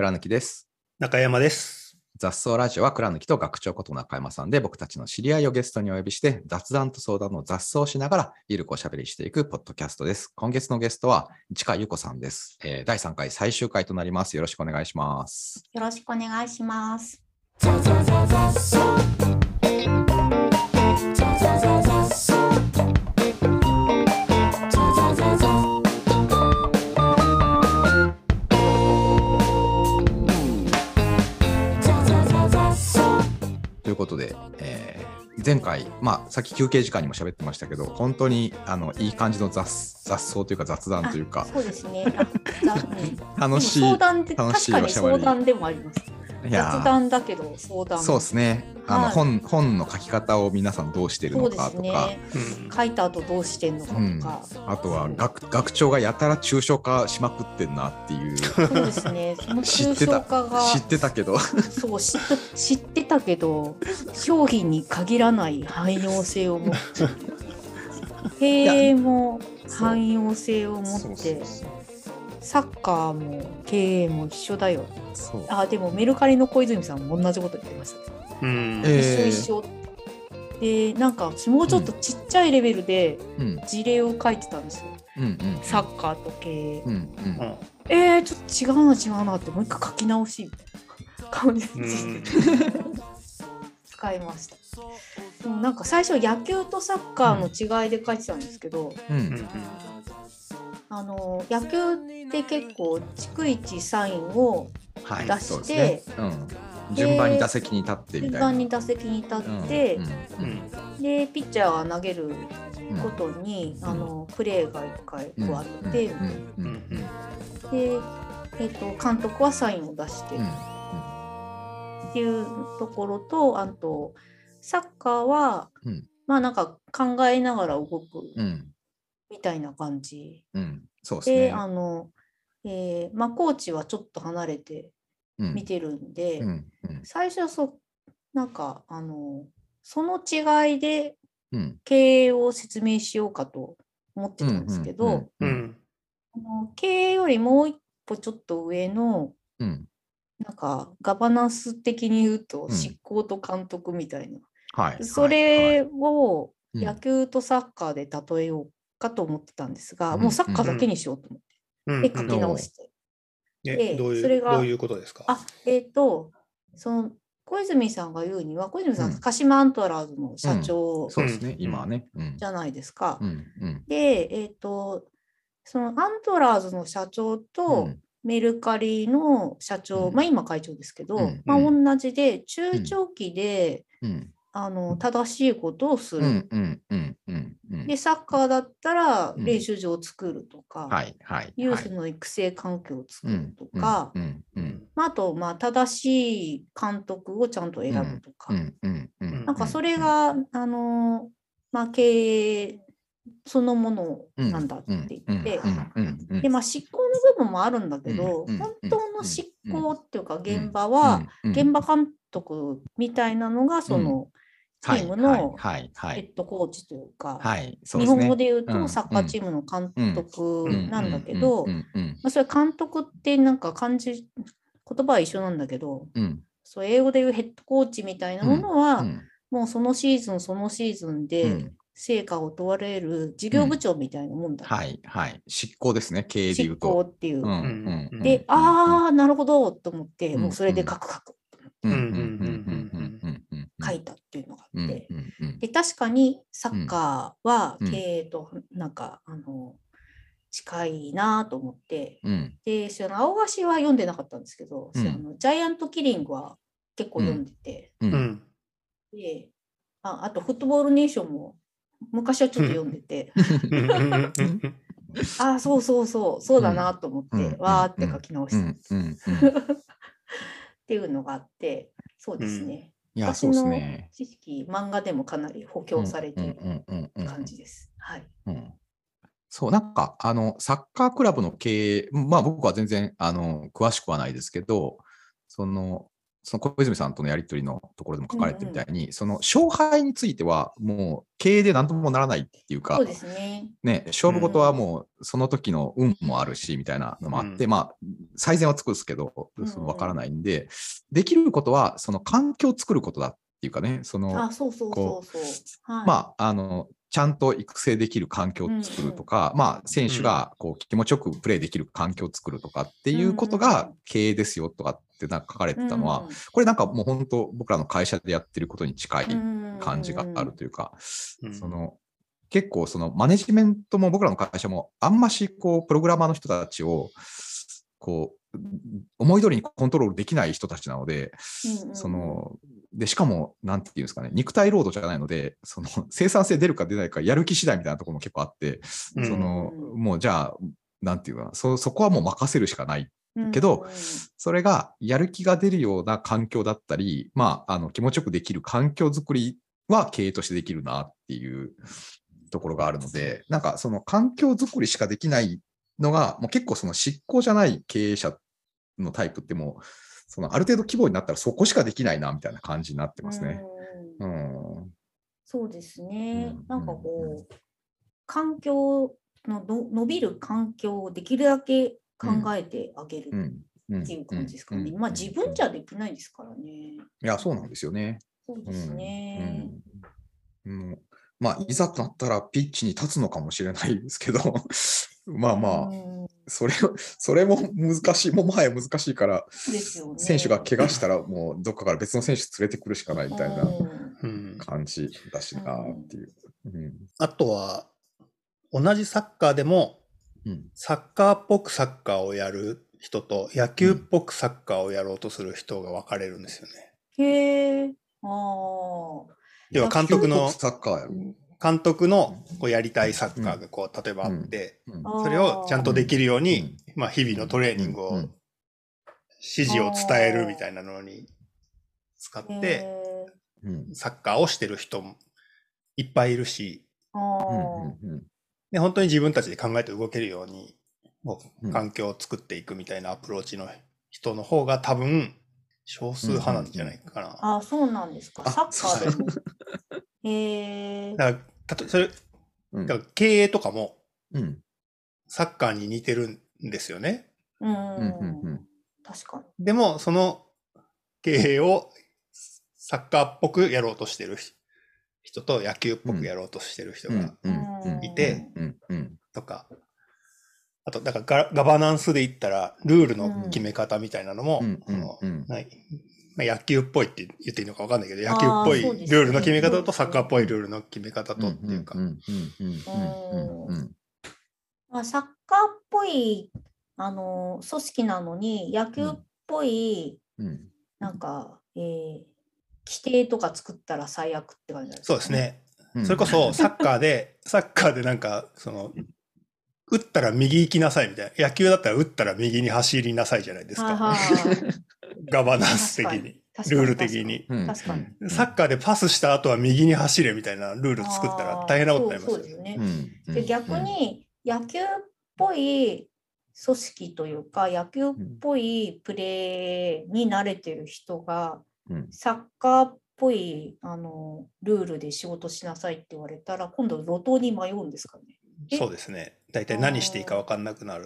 倉貫です。 中山です。 雑草ラジオは倉貫と学長こと中山さんで、僕たちの知り合いをゲストにお呼びして雑談と相談の雑草をしながらゆるくおしゃべりしていくポッドキャストです。今月のゲストは市川優子さんです。第3回最終回となります。よろしくお願いします。 よろしくお願いします。 ということで、前回、さっき休憩時間にも喋ってましたけど、本当にいい感じの雑草というか雑談というか、 そうですね。 楽しい相談で楽しい確かにおしゃべり。 相談でもあります。雑談だけど相談。 そうですね。 はい本の書き方を皆さんどうしてるのかとか、 ね、書いた後どうしてんのかとか、 あとは学長がやたら抽象化しまくってんなっていう。 そうですね。その抽象化が知ってたけどそう知ってたけど商品に限らない汎用性を持って経営も汎用性を持ってサッカーも経営も一緒だよ。でもメルカリの小泉さんも同じこと言ってました。一緒で、なんかもうちょっとちっちゃいレベルで事例を書いてたんですよ。サッカーと経営。ちょっと違うなってもう一回書き直しみたいな感じで使いました。でもなんか最初野球とサッカーの違いで書いてたんですけど、野球って結構逐一サインを出して、 順番に打席に立ってみたいな。 順番に打席に立って、でピッチャーが投げることに、プレーが1回加わって、で、監督はサインを出してっていうところと、あとサッカーは、なんか考えながら動くみたいな感じ、 そうですね。 でコーチはちょっと離れて見てるんで、最初はなんかその違いで経営を説明しようかと思ってたんですけど、経営よりもう一歩ちょっと上の、なんかガバナンス的に言うと執行と監督みたいな、それを野球とサッカーで例えようかと思ってたんですが、もうサッカーだけにしようと思って、で書き直して、 それがどういうことですか？ その小泉さんが言うには、小泉さん、鹿島アントラーズの社長じゃないですか。で、そのアントラーズの社長とメルカリの社長、今会長ですけど、同じで中長期で正しいことをする。で、サッカーだったら練習場を作るとか、ユースの育成環境を作るとか、あと正しい監督をちゃんと選ぶとか、なんかそれが経営そのものなんだって言って、で執行の部分もあるんだけど、本当の執行っていうか現場は現場監督みたいなのがそのチームのヘッドコーチというか、日本語で言うとサッカーチームの監督なんだけど、それ監督ってなんか言葉は一緒なんだけど、そう英語で言うヘッドコーチみたいなものは、もうそのシーズンそのシーズンで成果を問われる事業部長みたいなもんだ。 執行ですね、経営で言うと。 執行っていう。で、なるほどと思って、もうそれで書く。書いたっていうのがあって、で確かにサッカーは経営となんか近いなと思って、でその青菓子は読んでなかったんですけど、ジャイアントキリングは結構読んでて、であとフットボールネーションも昔はちょっと読んでてそうだなと思って、わーって書き直したっていうのがあって、そうですね。私の知識、漫画でもかなり補強されている感じです。 そう、なんかサッカークラブの経営、僕は全然詳しくはないですけど、そのその小泉さんとのやり取りのところでも書かれてるみたいに、その勝敗についてはもう経営で何ともならないっていうか、 そうですね。 ね、勝負事はもうその時の運もあるしみたいなのもあって、まあ最善は尽くすけど、その分からないんで、できることはその環境を作ることだっていうかね、そのそうそうそうそう。はい、 まあちゃんと育成できる環境を作るとか、まあ選手がこう気持ちよくプレーできる環境を作るとかっていうことが経営ですよとかってなんか書かれてたのは、これなんかもう本当僕らの会社でやってることに近い感じがあるというか、その結構そのマネジメントも僕らの会社もあんましこうプログラマーの人たちをこう思い通りにコントロールできない人たちなので、そのでしかもなんていうんですかね、肉体労働じゃないので、その生産性出るか出ないかやる気次第みたいなところも結構あって、そのもうじゃあなんていうかな、そこはもう任せるしかないけど、それがやる気が出るような環境だったり、まあ気持ちよくできる環境づくりは経営としてできるなっていうところがあるので、なんかその環境づくりしかできないのが、もう結構その執行じゃない経営者のタイプってもう、そのある程度規模になったらそこしかできないなみたいな感じになってますね。 そうですね。なんかこう、環境の伸びる環境をできるだけ考えてあげるっていう感じですかね。まあ自分じゃできないですからね。いや、そうなんですよね。 そうですね。 まあ、いざとなったらピッチに立つのかもしれないですけど、まあまあ、それも難しい、もはや難しいから、選手が怪我したらもうどっかから別の選手連れてくるしかないみたいな感じだしなっていう。 あとは、同じサッカーでも、サッカーっぽくサッカーをやる人と野球っぽくサッカーをやろうとする人が分かれるんですよね。 へー。 要は監督のこうやりたいサッカーがこう例えばあって、それをちゃんとできるように、まあ日々のトレーニングを指示を伝えるみたいなのに使ってサッカーをしてる人もいっぱいいるし、で本当に自分たちで考えて動けるように環境を作っていくみたいなアプローチの人の方が多分少数派なんじゃないかな。 そうなんですか。サッカーでも。 だからそれだから経営とかもサッカーに似てるんですよね。 確かに。 でもその経営をサッカーっぽくやろうとしてる人と野球っぽくやろうとしてる人がいてとか、あとだからガバナンスで言ったらルールの決め方みたいなのも野球っぽいって言っていいのか分かんないけど、野球っぽいルールの決め方とサッカーっぽいルールの決め方とっていうか。 サッカーっぽい組織なのに野球っぽいなんか、規定とか作ったら最悪って感じなんですかね。 そうですね。それこそサッカーでなんかその打ったら右行きなさいみたいな。野球だったら打ったら右に走りなさいじゃないですか。ガバナンス的に。ルール的に。 確かに。 サッカーでパスした後は右に走れみたいなルール作ったら大変なことになりますよね。 そうですね。で逆に野球っぽい組織というか野球っぽいプレーに慣れてる人がサッカーっぽいルールで仕事しなさいって言われたら今度路頭に迷うんですかね。 そうですね。大体何していいか分かんなくなる。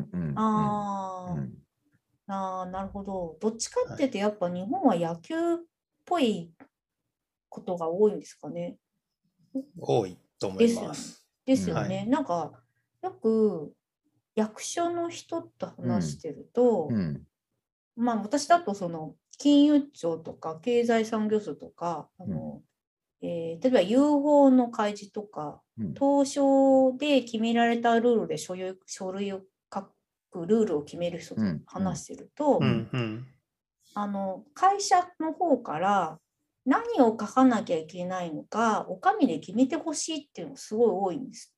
なるほど。どっちかっていうとやっぱ日本は野球っぽいことが多いんですかね。 多いと思います。 ですよね。なんかよく役所の人と話してると、まあ私だとその金融庁とか経済産業省とか例えば UFO の開示とか、東証で決められたルールで書類を書くルールを決める人と話してると、会社の方から何を書かなきゃいけないのか、お上で決めてほしいっていうのがすごい多いんですって。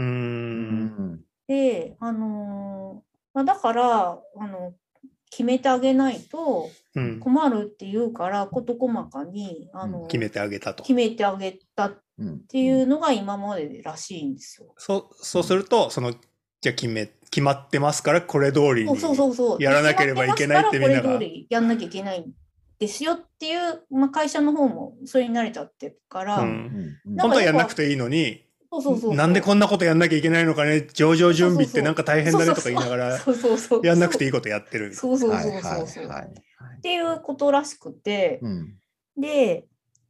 で、だから決めてあげないと困るっていうから、事細かに決めてあげたと。 決めてあげたっていうのが今までらしいんですよ。 そうするとじゃあ決まってますからこれ通りにやらなければいけないってみんなが。 これ通りやんなきゃいけない。 ですよっていう、会社の方もそれに慣れちゃってるから、 本当はやんなくていいのに、なんでこんなことやんなきゃいけないのかね、上場準備ってなんか大変だねとか言いながら、やんなくていいことやってる。 そうそうそうそうそう。っていうことらしくて、で、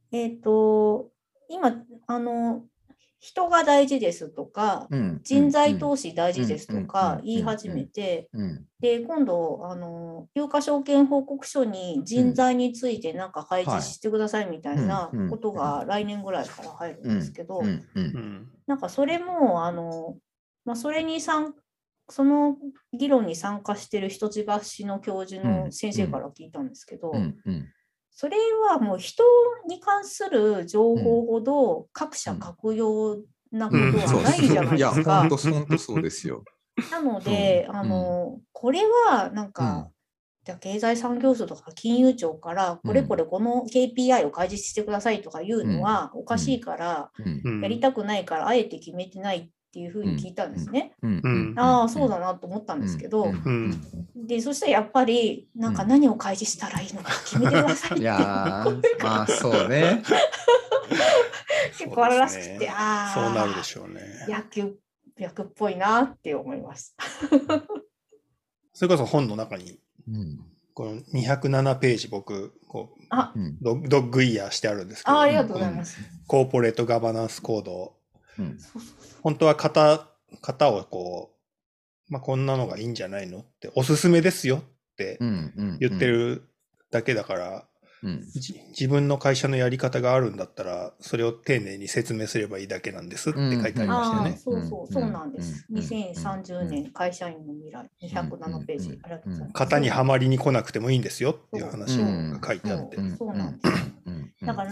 今、人が大事ですとか、人材投資大事ですとか言い始めて、で、今度、有価証券報告書に人材についてなんか開示してくださいみたいなことが来年ぐらいから入るんですけど、なんかそれも、それにその議論に参加している一橋の教授の先生から聞いたんですけど、それはもう人に関する情報ほど各社各用なことはないじゃないですか。 いや、本当そうですよ。 なので、これはなんか、経済産業省とか金融庁からこれこれこの KPI を開示してくださいとかいうのはおかしいから、やりたくないからあえて決めてないっていうふうに聞いたんですね。ああ、そうだなと思ったんですけど、で、そしたらやっぱり、なんか何を開示したらいいのか決めてくださいって。 いやまあそうね。 結構あるらしくて、 そうなるでしょうね。 野球っぽいなって思いました。 それこそ本の中に、この207ページ僕、ドッグイヤーしてあるんですけど、 ありがとうございます。 コーポレートガバナンスコード、本当は型をこんなのがいいんじゃないのって、おすすめですよって言ってるだけだから、自分の会社のやり方があるんだったら、それを丁寧に説明すればいいだけなんですって書いてありましたよね。 そうなんです。2030年会社員の未来、207ページ。ありがとうございます。 型にはまりに来なくてもいいんですよっていう話が書いてあって。 そうなんです。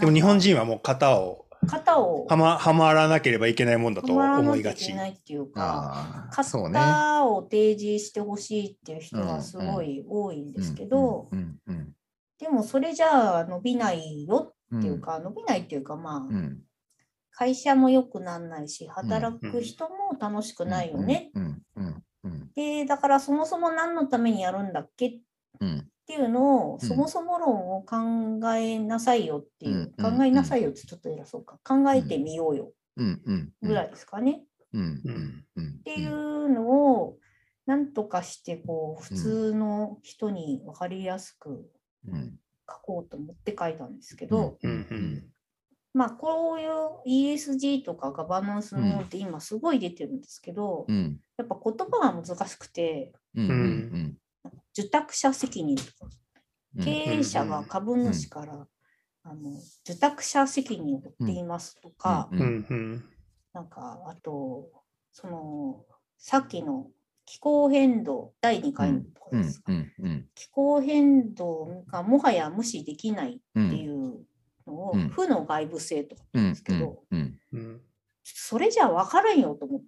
でも日本人はもう型をはまらなければいけないもんだと思いがち。 はまらなきゃいけないっていうか、型を提示してほしいっていう人がすごい多いんですけど、でもそれじゃあ伸びないよっていうか、伸びないっていうか、会社も良くならないし、働く人も楽しくないよね。で、だからそもそも何のためにやるんだっけっていうのを、そもそも論を考えなさいよっていう、考えなさいよってちょっと偉そうか、考えてみようよぐらいですかね。っていうのを、なんとかして普通の人に分かりやすく書こうと思って書いたんですけど、こういう ESG とかガバナンスのものって今すごい出てるんですけど、やっぱ言葉が難しくて、受託者責任とか、経営者が株主から受託者責任を負っていますとか、なんかあとさっきの気候変動第2回のところですか、気候変動がもはや無視できないっていうのを、負の外部性とか言うんですけど、それじゃ分からんよと思って。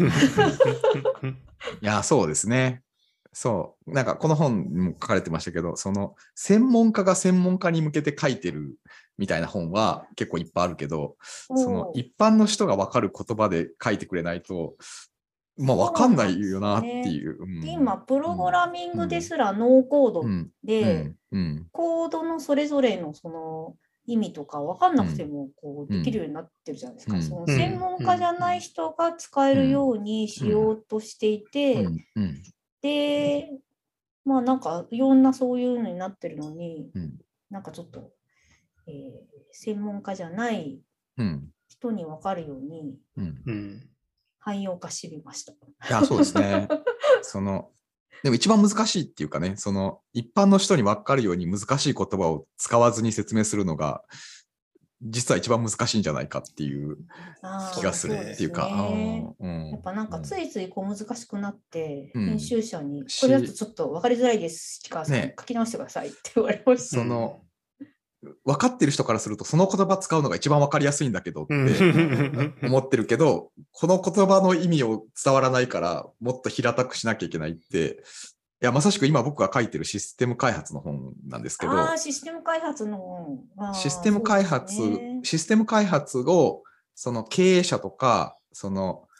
いや、そうですね。そう。なんかこの本にも書かれてましたけど、専門家が専門家に向けて書いてるみたいな本は結構いっぱいあるけど、一般の人が分かる言葉で書いてくれないと、分かんないよなっていう。 今、プログラミングですらノーコードで、コードのそれぞれの意味とか分かんなくてもできるようになってるじゃないですか。専門家じゃない人が使えるようにしようとしていて、で、なんかいろんなそういうのになってるのに、なんかちょっと、専門家じゃない人に分かるように、汎用化してみました。 いや、そうですね。でも一番難しいっていうかね、一般の人に分かるように難しい言葉を使わずに説明するのが、実は一番難しいんじゃないかっていう気がするっていうか。 やっぱなんかついつい難しくなって、編集者に、これだとちょっと分かりづらいです。書き直してくださいって言われました。 分かってる人からするとその言葉使うのが一番分かりやすいんだけどって思ってるけど、この言葉の意味を伝わらないからもっと平たくしなきゃいけないって、いやまさしく今僕が書いてるシステム開発の本なんですけど、 システム開発の本、 システム開発を経営者とか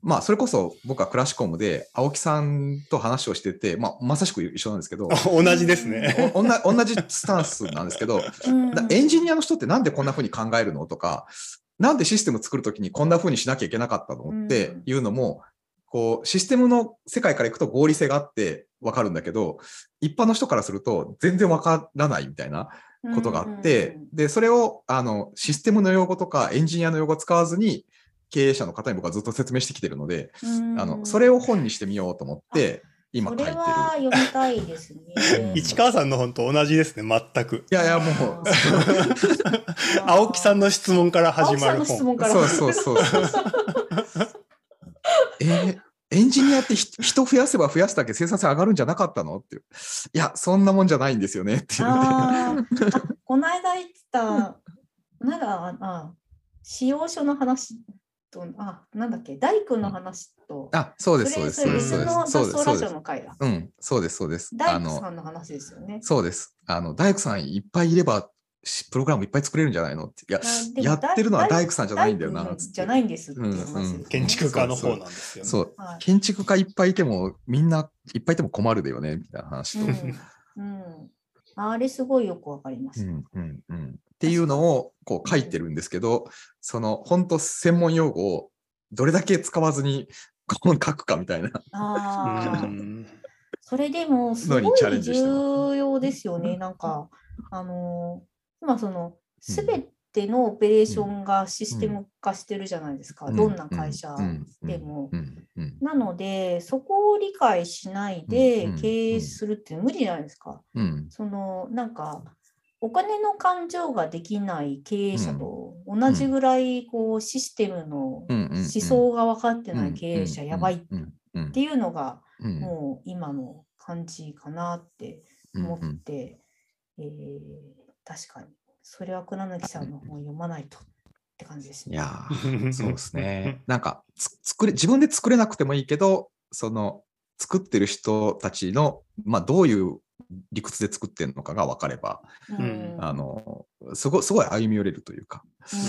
まあ、それこそ僕はクラシコムで青木さんと話をしてて、まさしく一緒なんですけど。 同じですね。 同じスタンスなんですけど、エンジニアの人ってなんでこんな風に考えるのとか、なんでシステム作るときにこんな風にしなきゃいけなかったのっていうのも、こう、システムの世界からいくと合理性があってわかるんだけど、一般の人からすると全然わからないみたいなことがあって、で、それを、システムの用語とかエンジニアの用語を使わずに、経営者の方に僕はずっと説明してきてるので、それを本にしてみようと思って、今書いてる。 それは読みたいですね。 市川さんの本と同じですね、全く。 いや、もう。 青木さんの質問から始まる本。 そう。エンジニアって人増やせば増やすだけ生産性上がるんじゃなかったのっていう。いや、そんなもんじゃないんですよねっていうので。 この間言ってた、なんか、使用書の話と、なんだっけ、大工の話と。 そうです、そうです。 それ別の雑草ラジオの回だ。 そうです、そうです。 大工さんの話ですよね。 そうです。大工さんいっぱいいれば、プログラムいっぱい作れるんじゃないのって。いや、やってるのは大工さんじゃないんだよな。 じゃないんですっていう話です。 建築家の方なんですよね。 そう。建築家いっぱいいても、みんないっぱいいても困るだよね、みたいな話と。 あれすごいよくわかります。 っていうのをこう書いてるんですけど、その本当専門用語をどれだけ使わずに書くかみたいな。 それでもすごい重要ですよね。なんか今その全てのオペレーションがシステム化してるじゃないですか。どんな会社でも。なのでそこを理解しないで経営するって無理じゃないですか。そのなんかお金の勘定ができない経営者と同じぐらいこうシステムの思想が分かってない経営者やばいっていうのがもう今の感じかなって思って、確かにそれは倉貫さんの本を読まないとって感じですね。 いやそうですね。なんか自分で作れなくてもいいけど、その作ってる人たちのどういう理屈で作ってるのかが分かれば、すごい歩み寄れるというか。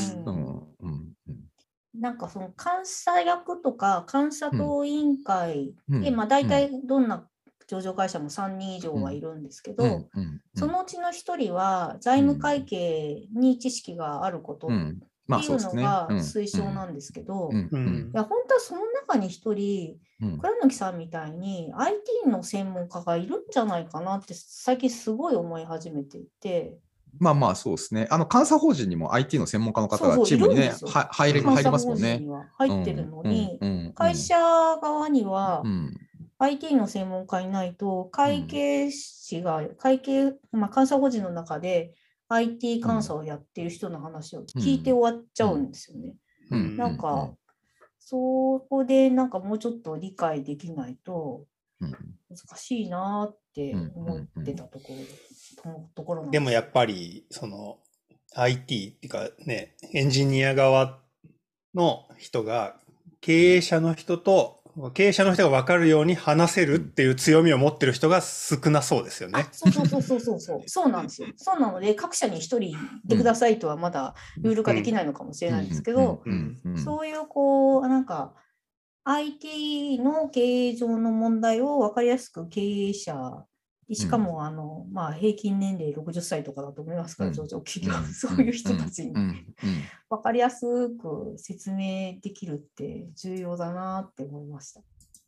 なんかその監査役とか監査党委員会で、大体どんな上場会社も3人以上はいるんですけど、そのうちの1人は財務会計に知識があることっていうのが推奨なんですけど、いや本当はその中に1人、倉貫さんみたいに IT の専門家がいるんじゃないかなって最近すごい思い始めていて。 そうですね。監査法人にも IT の専門家の方がチームにね、入りますもんね。 入ってるのに、会社側には IT の専門家いないと、会計士が、監査法人の中で IT 監査をやってる人の話を聞いて終わっちゃうんですよね。なんか、そこでなんかもうちょっと理解できないと難しいなって思ってたところなんです。 でもやっぱりその IT っていうかね、エンジニア側の人が経営者の人が分かるように話せるっていう強みを持ってる人が少なそうですよね。 そうなんですよ。そうなので各社に一人でくださいとはまだルール化できないのかもしれないんですけど、そういうこうなんか IT の経営上の問題を分かりやすく経営者、しかも平均年齢60歳とかだと思いますから、上場企業、そういう人たちに分かりやすく説明できるって重要だなって思いました。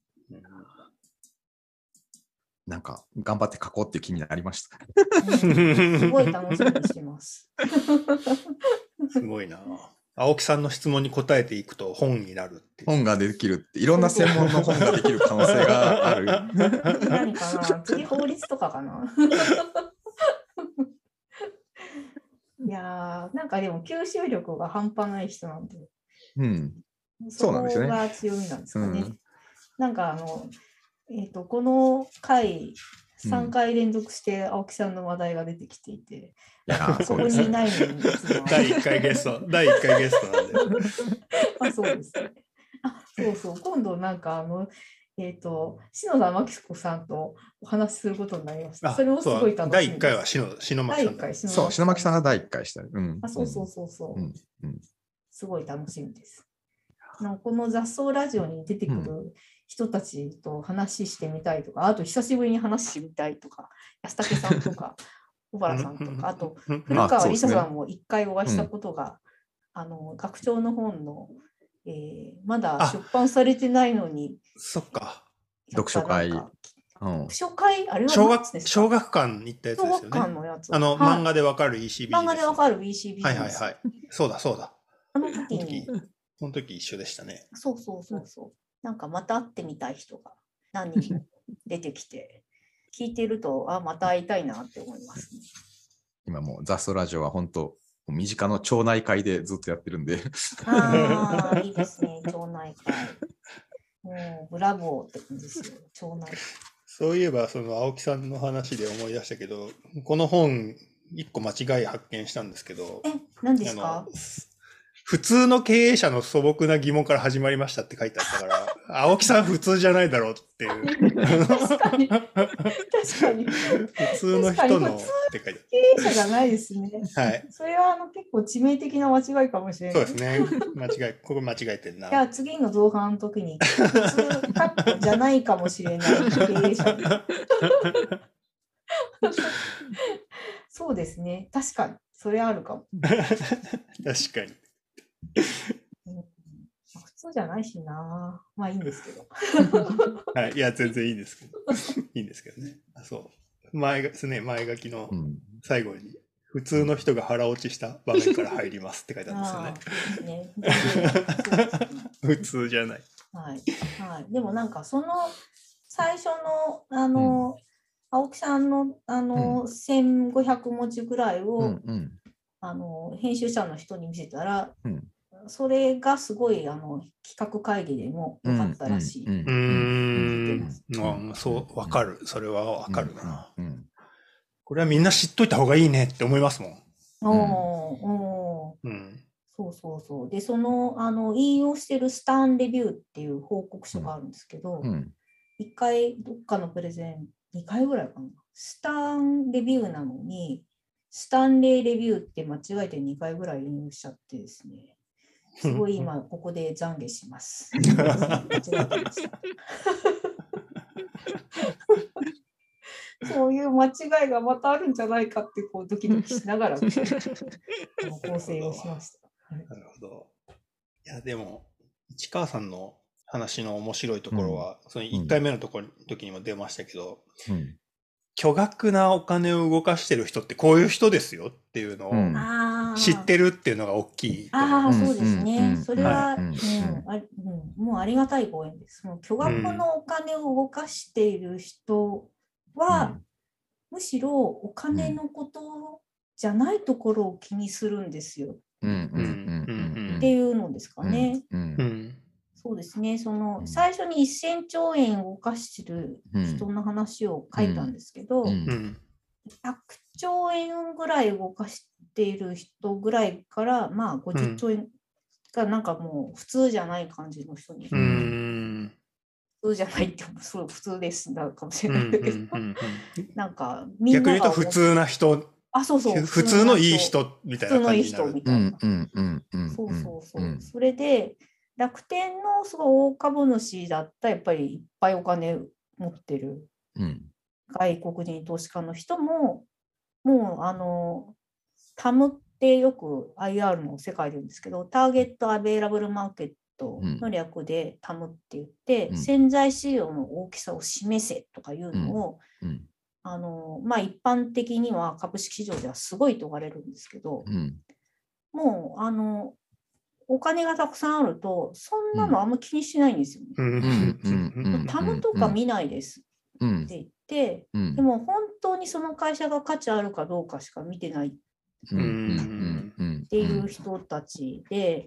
なんか頑張って書こうっていう気になりました。 すごい楽しみにしてます。 すごいな。青木さんの質問に答えていくと本になるっていう。 本ができるって、いろんな専門の本ができる可能性がある。 何かな、次法律とかかな。いやー、なんかでも吸収力が半端ない人なんで。 そうなんですよね。 そこが強みなんですかね。なんかこの回、3回連続して青木さんの話題が出てきていて、そこにいないのに第1回ゲストなんで。 そうですね。そう、今度なんか篠田真紀子さんとお話しすることになりました。それもすごい楽しみです。 第1回は篠巻さん。 そう、篠巻さんが第1回した。 そう。すごい楽しみです。 この雑草ラジオに出てくる人たちと話してみたいとか、あと久しぶりに話してみたいとか、安武さんとか小原さんとか、あと古川梨沙さんも一回お会いしたことが、学長の本の、まだ出版されてないのに、 そっか。 読書会。 読書会あれは小学館に行ったやつですよね。 小学館のやつ。 漫画でわかる EC ビジネス。 漫画でわかる EC ビジネス。 はいはいはい。そうだ。その時一緒でしたね。 そう。なんかまた会ってみたい人が何人も出てきて、聞いてると、また会いたいなって思いますね。 今もう雑草ラジオは本当、身近の町内会でずっとやってるんで。 いいですね、町内会。もうブラボーって感じですよ、町内会。 そういえば、その青木さんの話で思い出したけど、この本、一個間違い発見したんですけど。 何ですか？ 普通の経営者の素朴な疑問から始まりましたって書いてあったから、青木さん普通じゃないだろうっていう。 確かに。 普通の人のって書いてある。 経営者じゃないですね。はい。それは結構致命的な間違いかもしれない。 そうですね。ここ間違えてんな。 じゃあ次の造反の時に、普通カッコじゃないかもしれない経営者。そうですね。確かに。それあるかも。 確かに。 普通じゃないしな。まあいいんですけど。 はい、いや、全然いいですけど。いいんですけどね。そう。前書きの最後に、普通の人が腹落ちした場面から入りますって書いてあるんですよね。普通じゃない。 はい。でもなんかその最初の、青木さんの1500文字ぐらいを、編集者の人に見せたら、それがすごい企画会議でも良かったらしい。 そう、わかる。それはわかるな。これはみんな知っといた方がいいねって思いますもん。 そう。で、引用してるスタンレビューっていう報告書があるんですけど、一回どっかのプレゼン、2回ぐらいかな。スタンレビューなのに、スタンレーレビューって間違えて2回ぐらい引用しちゃってですね。すごい今ここで懺悔します。間違えてました。そういう間違いがまたあるんじゃないかってドキドキしながら構成をしました。 なるほど。いやでも市川さんの話の面白いところは、その1回目の時にも出ましたけど、巨額なお金を動かしてる人ってこういう人ですよっていうのを知ってるっていうのが大きい。 そうですね。それは、もうありがたいご縁です。その巨額のお金を動かしている人は、むしろお金のことじゃないところを気にするんですよ。っていうのですかね。そうですね。最初に1000兆円動かしてる人の話を書いたんですけど、100兆円ぐらい動かしている人ぐらいから、まあ50兆円がなんかもう普通じゃない感じの人に。普通じゃないってそう普通ですなかもしれないけど、なんかみんな逆に言うと普通な人。 そう普通のいい人みたいな感じになる。 普通のいい人みたいな。そう。それで楽天のすごい大株主だったらやっぱりいっぱいお金持ってる外国人投資家の人も、もうタムってよく IR の世界で言うんですけど、ターゲットアベイラブルマーケットの略でタムって言って、潜在市場の大きさを示せとかいうのを、一般的には株式市場ではすごいと言われるんですけど、もうお金がたくさんあるとそんなのあんま気にしないんですよね。タムとか見ないですって言って、でも本当にその会社が価値あるかどうかしか見てないっていう人たちで、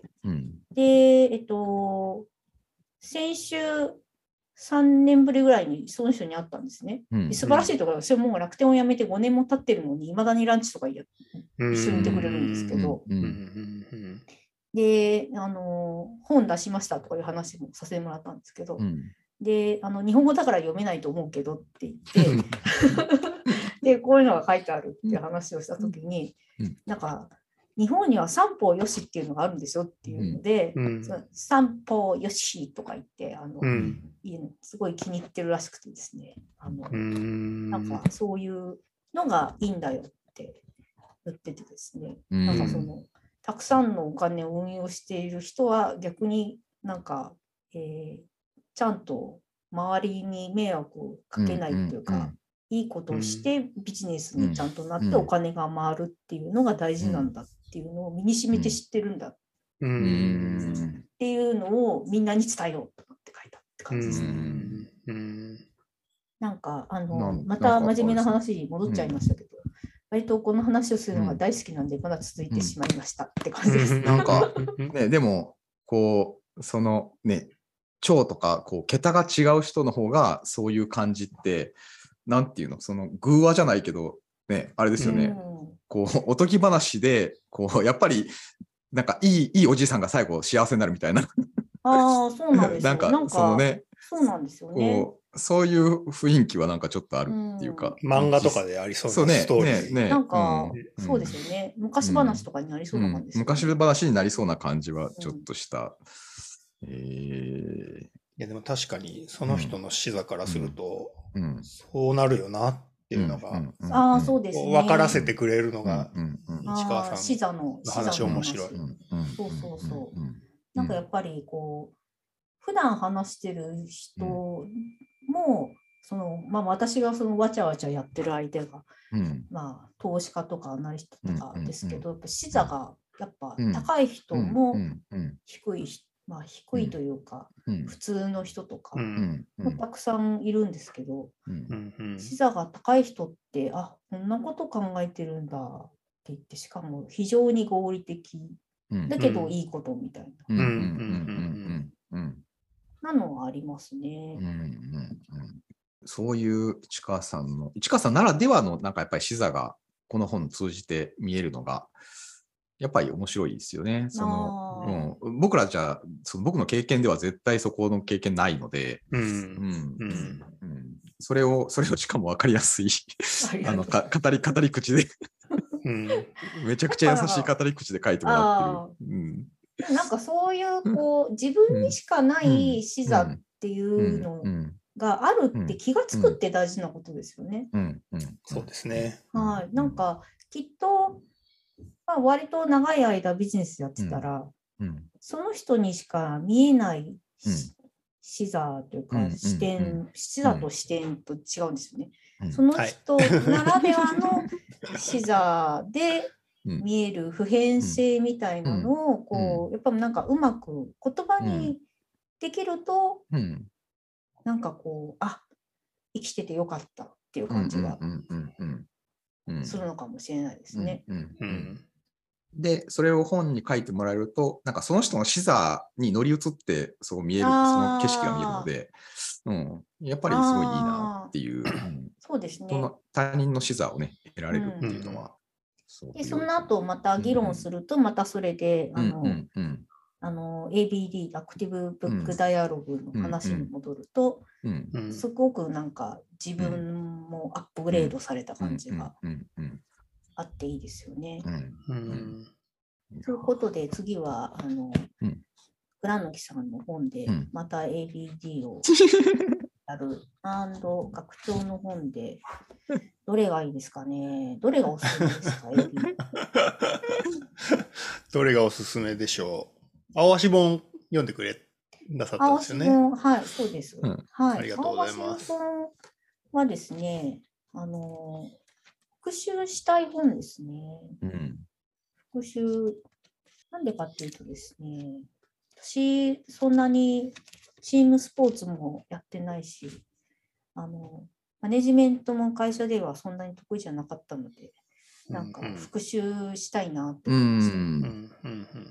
先週3年ぶりぐらいにその人に会ったんですね。素晴らしいところは、それもう楽天を辞めて5年も経ってるのに、いまだにランチとか一緒にいてくれるんですけど、で、本出しましたとかいう話もさせてもらったんですけど、で、日本語だから読めないと思うけどって言って、で、こういうのが書いてあるっていう話をしたときに、なんか、 日本には三方よしっていうのがあるんですよっていうので、三方よしとか言ってすごい気に入ってるらしくてですね、なんかそういうのがいいんだよって言っててですね、なんかそのたくさんのお金を運用している人は逆になんか、ちゃんと周りに迷惑をかけないというか、いいことをしてビジネスにちゃんとなってお金が回るっていうのが大事なんだっていうのを身に染みて知ってるんだっていうのをみんなに伝えようと思って書いたって感じですね。なんかまた真面目な話に戻っちゃいましたけど、割とこの話をするのが大好きなんでまだ続いてしまいましたって感じです。 なんかね、でもこうそのね、超とかこう桁が違う人の方がそういう感じってなんていうの、その偶話じゃないけどね、あれですよね。こうおとぎ話でこうやっぱりなんかいいおじいさんが最後幸せになるみたいな。 ああ、そうなんですよ。 なんかそのね、 そうなんですよね。 こうそういう雰囲気はなんかちょっとあるっていうか、 漫画とかでありそうなストーリー。 ね、なんか、そうですよね。昔話とかになりそうな感じです、ね昔話になりそうな感じはちょっとした。 いやでも確かにその人の視座からすると、そうなるよなっていうのが、 そうですね。 分からせてくれるのが、 市川さんの話面白い。 そうそうそう。なんかやっぱりこう、普段話してる人も、私がそのわちゃわちゃやってる相手が、投資家とかアナリストとかですけど、やっぱ視座がやっぱ高い人も低い人、低いというか、普通の人とかもたくさんいるんですけど、視座が高い人って、こんなこと考えてるんだって言って、しかも非常に合理的だけどいいことみたいな。なのはありますね。 そういう市川さんならではのなんかやっぱり視座がこの本を通じて見えるのがやっぱり面白いですよね。僕らじゃ僕の経験では絶対そこの経験ないので、それをしかも分かりやすい語り口でめちゃくちゃ優しい語り口で書いてもらってる。 なんかそういう自分にしかない視座っていうのがあるって気がつくって大事なことですよね。 そうですね。 はい、なんかきっと割と長い間ビジネスやってたら、その人にしか見えない視座というか視点、視座と視点と違うんですよね。その人ならではの視座で見える普遍性みたいなのをやっぱなんかうまく言葉にできると、なんか生きててよかったっていう感じがするのかもしれないですね。 で、それを本に書いてもらえると、なんかその人の視座に乗り移ってそう見える、その景色が見えるので、やっぱりすごいいいなっていう、 そうですね。 他人の視座をね、得られるっていうのは。 でその後また議論すると、またそれで、ABD、アクティブブックダイアログの話に戻ると、すごくなんか自分もアップグレードされた感じがあっていいですよね。ということで次は倉貫さんの本でまた ABD をやる学長の本でどれがいいですかね。どれがおすすめですか ABD どれがおすすめでしょう。青足本読んでくれなさったんですよね。 はい、そうです。はい、 ありがとうございます。 青足本はですね、復習したい本ですね。復習、なんでかっていうとですね、私、そんなにチームスポーツもやってないし、マネジメントも会社ではそんなに得意じゃなかったので、なんか復習したいなって思いました。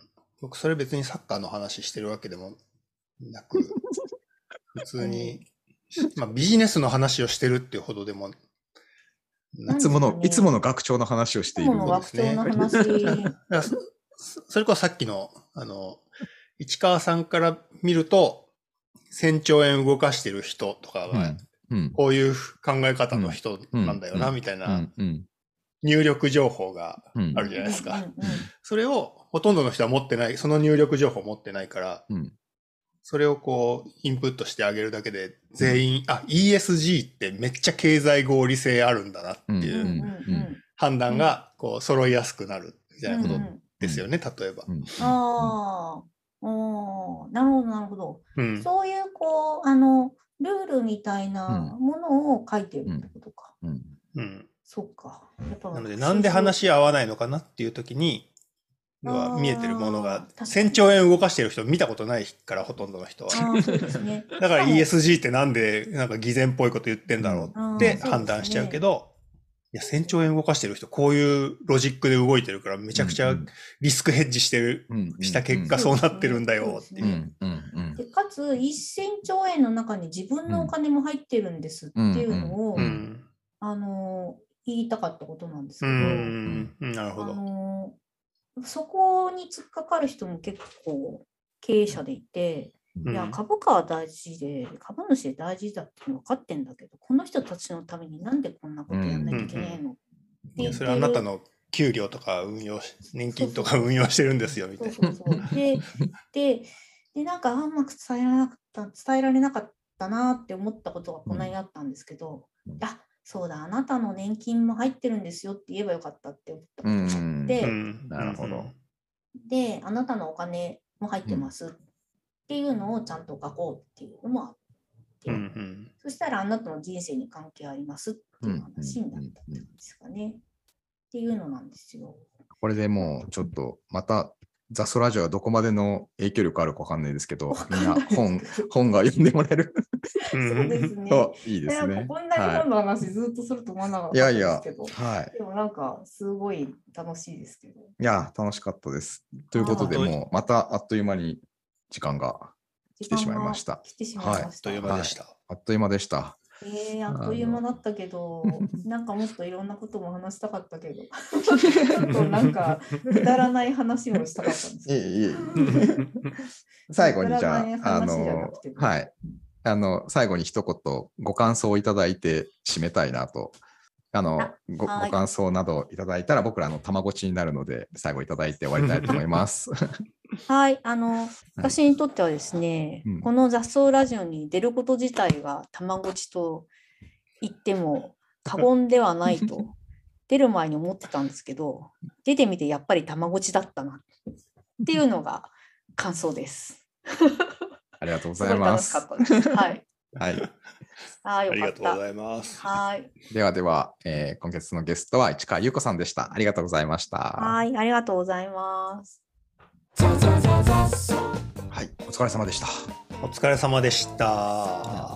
僕、それ別にサッカーの話してるわけでもなく、普通に、ビジネスの話をしてるっていうほどでも、 いつもの学長の話をしている。 学長の話。 それこそさっきの、市川さんから見ると、1000兆円動かしてる人とかは、こういう考え方の人なんだよな、みたいな入力情報があるじゃないですか。それをほとんどの人は持ってない、その入力情報を持ってないから、それをこうインプットしてあげるだけで全員、ESG ってめっちゃ経済合理性あるんだなっていう判断がこう揃いやすくなるみたいなことですよね、例えば。 なるほど、なるほど。そういうこう、ルールみたいなものを書いてるってことか。そうか。 なので、なんで話し合わないのかなっていう時に、見えてるものが、1000兆円動かしてる人見たことないから、ほとんどの人は。 そうですね。 だから ESG ってなんで、なんか偽善っぽいこと言ってんだろうって判断しちゃうけど、いや、1000兆円動かしてる人、こういうロジックで動いてるから、めちゃくちゃリスクヘッジした結果、そうなってるんだよっていう。 でかつ、1000兆円の中に自分のお金も入ってるんですっていうのを、言いたかったことなんですけど、 なるほど。 そこに突っかかる人も結構経営者でいて、いや、株価は大事で、株主で大事だって分かってんだけど、この人たちのためになんでこんなことやんなきゃいけないのって言ってる。 それはあなたの給料とか年金とか運用してるんですよ、みたいな。 で、なんかうまく伝えられなかったなって思ったことがこの間あったんですけど、そうだ、あなたの年金も入ってるんですよって言えばよかったって思ったことがあって、 なるほど。 で、あなたのお金も入ってますっていうのをちゃんと書こうっていうのもあって、そしたらあなたの人生に関係ありますっていう話になったんですかね。っていうのなんですよ。 これでもうちょっとまたザストラジオはどこまでの影響力あるかわかんないですけど、みんな本が読んでもらえるそうですね。 いいですね。 こんなに本の話ずっとすると思わなかったんですけど、でもなんかすごい楽しいですけど。 いや、楽しかったです。ということで、もうまたあっという間に時間が来てしまいました。 あっという間でした。 あっという間でした。 あっという間だったけど、なんかもっといろんなことも話したかったけど、ちょっとなんかくだらない話をしたかったんですけど。 最後にじゃあ、最後に一言ご感想をいただいて締めたいなと。ご感想などいただいたら僕らのたまごちになるので、最後いただいて終わりたいと思います。 はい、私にとってはですね、この雑草ラジオに出ること自体がたまごちと言っても過言ではないと、出る前に思ってたんですけど、出てみてやっぱりたまごちだったなっていうのが感想です。 ありがとうございます。 すごい楽しかったです。はい。 はい。 ありがとうございます。 はい。 では、今月のゲストは市川優子さんでした。ありがとうございました。 はい、ありがとうございます。 はい、お疲れ様でした。 お疲れ様でした。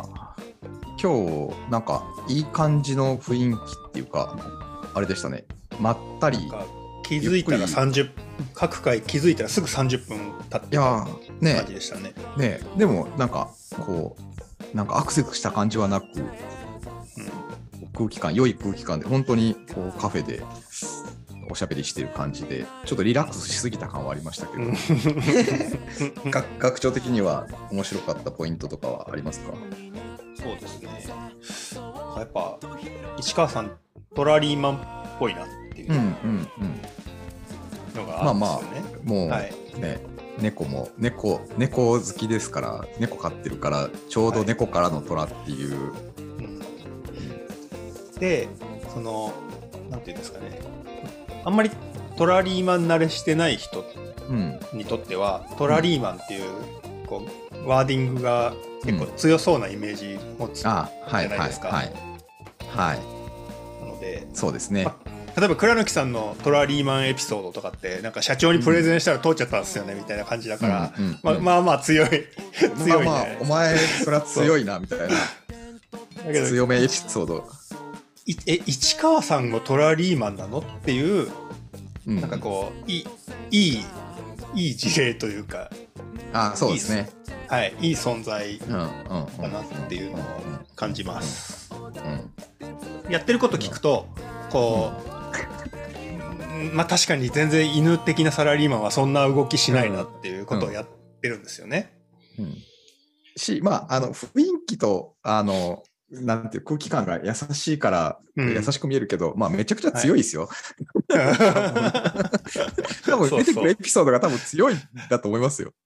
今日なんかいい感じの雰囲気っていうか、あれでしたね。まったり。 気づいたら各回気づいたらすぐ30分経ってた感じでしたね。 でもなんかこうなんかアクセスした感じはなく、良い空気感で本当にこうカフェでおしゃべりしてる感じで、ちょっとリラックスしすぎた感はありましたけど、学長的には面白かったポイントとかはありますか？ そうですね。やっぱ市川さんトラリーマンっぽいなっていうのがあるんですよね。 もうね、猫好きですから、猫飼ってるからちょうど猫からの虎っていう。 で、なんていうんですかね。あんまりトラリーマン慣れしてない人にとっては、トラリーマンっていう、こうワーディングが結構強そうなイメージ持つじゃないですか。はい。なので、 そうですね。 例えば倉貫さんのトラリーマンエピソードとかってなんか社長にプレゼンしたら通っちゃったんですよねみたいな感じだから、まあ強い強いね。 お前それは強いなみたいな強めエピソード。 市川さんがトラリーマンなのっていう、なんかこういい事例というか、 そうですね。 はい、いい存在だなっていうのを感じます。やってること聞くとこう、まあ確かに全然犬的なサラリーマンはそんな動きしないなっていうことをやってるんですよね。 まあ雰囲気となんていう空気感が優しいから優しく見えるけど、まあめちゃくちゃ強いですよ。多分出てくるエピソードが多分強いんだと思いますよ。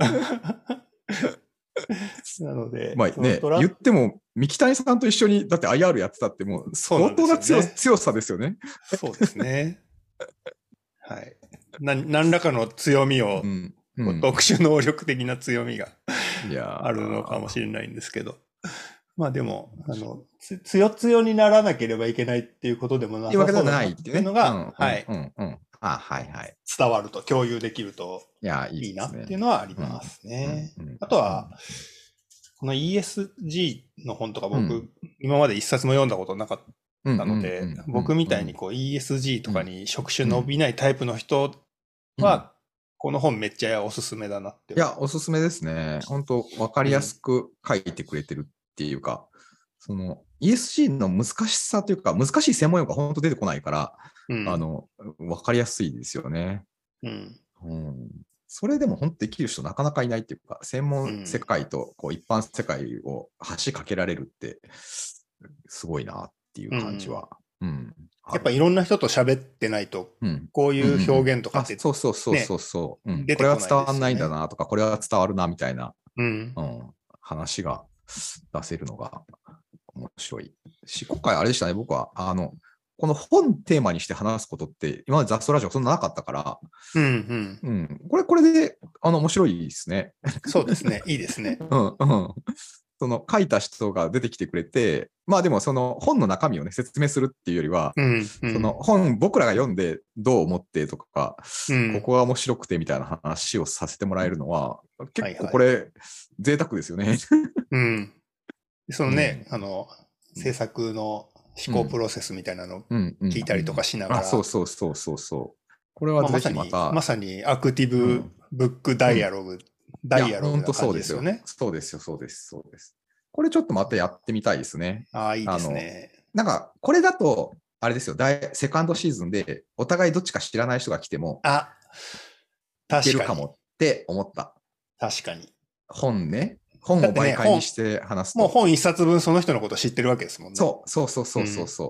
なので、 まあね、言っても三木谷さんと一緒にだって IR やってたってもう相当な強さですよね。 そうですね。はい。何らかの強みを、特殊能力的な強みがあるのかもしれないんですけど。まあでも、強にならなければいけないっていうことでもなさそうだなっていうのが、はい。伝わると、共有できるといいなっていうのはありますね。あとは、この ESG の本とか僕、今まで一冊も読んだことなかったので、僕みたいにこう ESG とかに職種伸びないタイプの人は、この本めっちゃおすすめだなって。 いや、おすすめですね。本当わかりやすく書いてくれてるっていうか、その ESG の難しさというか、難しい専門用語が本当出てこないから、わかりやすいですよね。それでも本当できる人なかなかいないっていうか、専門世界とこう一般世界を橋かけられるってすごいなっていう感じは。 やっぱいろんな人と喋ってないと、こういう表現とかって、 そう。これは伝わんないんだなとか、これは伝わるなみたいな、話が出せるのが面白いし、今回あれでしたね、僕はこの本テーマにして話すことって今まで雑草ラジオそんななかったから、これで面白いですね。 そうですね、いいですね。 その書いた人が出てきてくれて、まあでもその本の中身をね説明するっていうよりは、その本僕らが読んでどう思ってとか、ここが面白くてみたいな話をさせてもらえるのは、結構これ贅沢ですよね。 そのね、制作の思考プロセスみたいなのを聞いたりとかしながら。 そう。これはぜひまた。 まさにアクティブブックダイアログ。ダイアログな感じですよね。 そうです。これちょっとまたやってみたいですね。 いいですね。 なんか、これだと、あれですよ、セカンドシーズンで、お互いどっちか知らない人が来ても、いけるかもって思った。 確かに。 本を媒介にして話すと。 もう本一冊分その人のこと知ってるわけですもんね。 そう。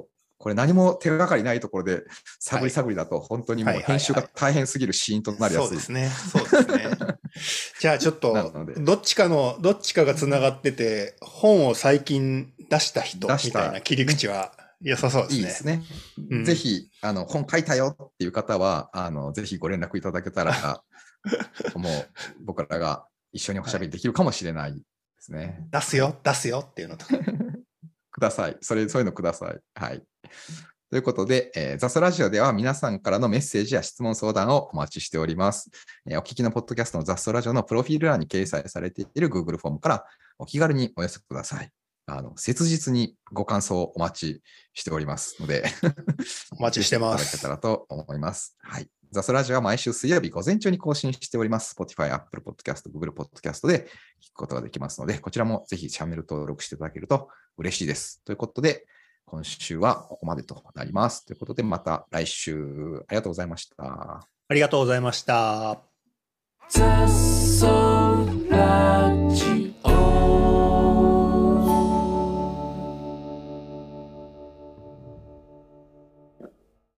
これ何も手がかりないところで探りだと本当にもう編集が大変すぎるシーンとなるやつ。 そうですね。じゃあちょっとどっちかがつながってて本を最近出した人みたいな切り口は良さそうですね。 いいですね。ぜひ本書いたよっていう方はぜひご連絡いただけたらもう僕らが一緒におしゃべりできるかもしれないですね。 出すよっていうのとか。 ください。そういうのください。はい。ということで、ザスラジオでは皆さんからのメッセージや質問相談をお待ちしております。お聞きのポッドキャストのザスラジオのプロフィール欄に掲載されている Google フォームからお気軽にお寄せください。切実にご感想をお待ちしておりますのでお待ちしてます。 いただけたらと思います。はい。ザスラジオは毎週水曜日午前中に更新しております。Spotify、Apple Podcast、Google Podcast で聞くことができますので、こちらもぜひチャンネル登録していただけると嬉しいです。ということで、今週はここまでとなります。ということで、また来週ありがとうございました。 ありがとうございました。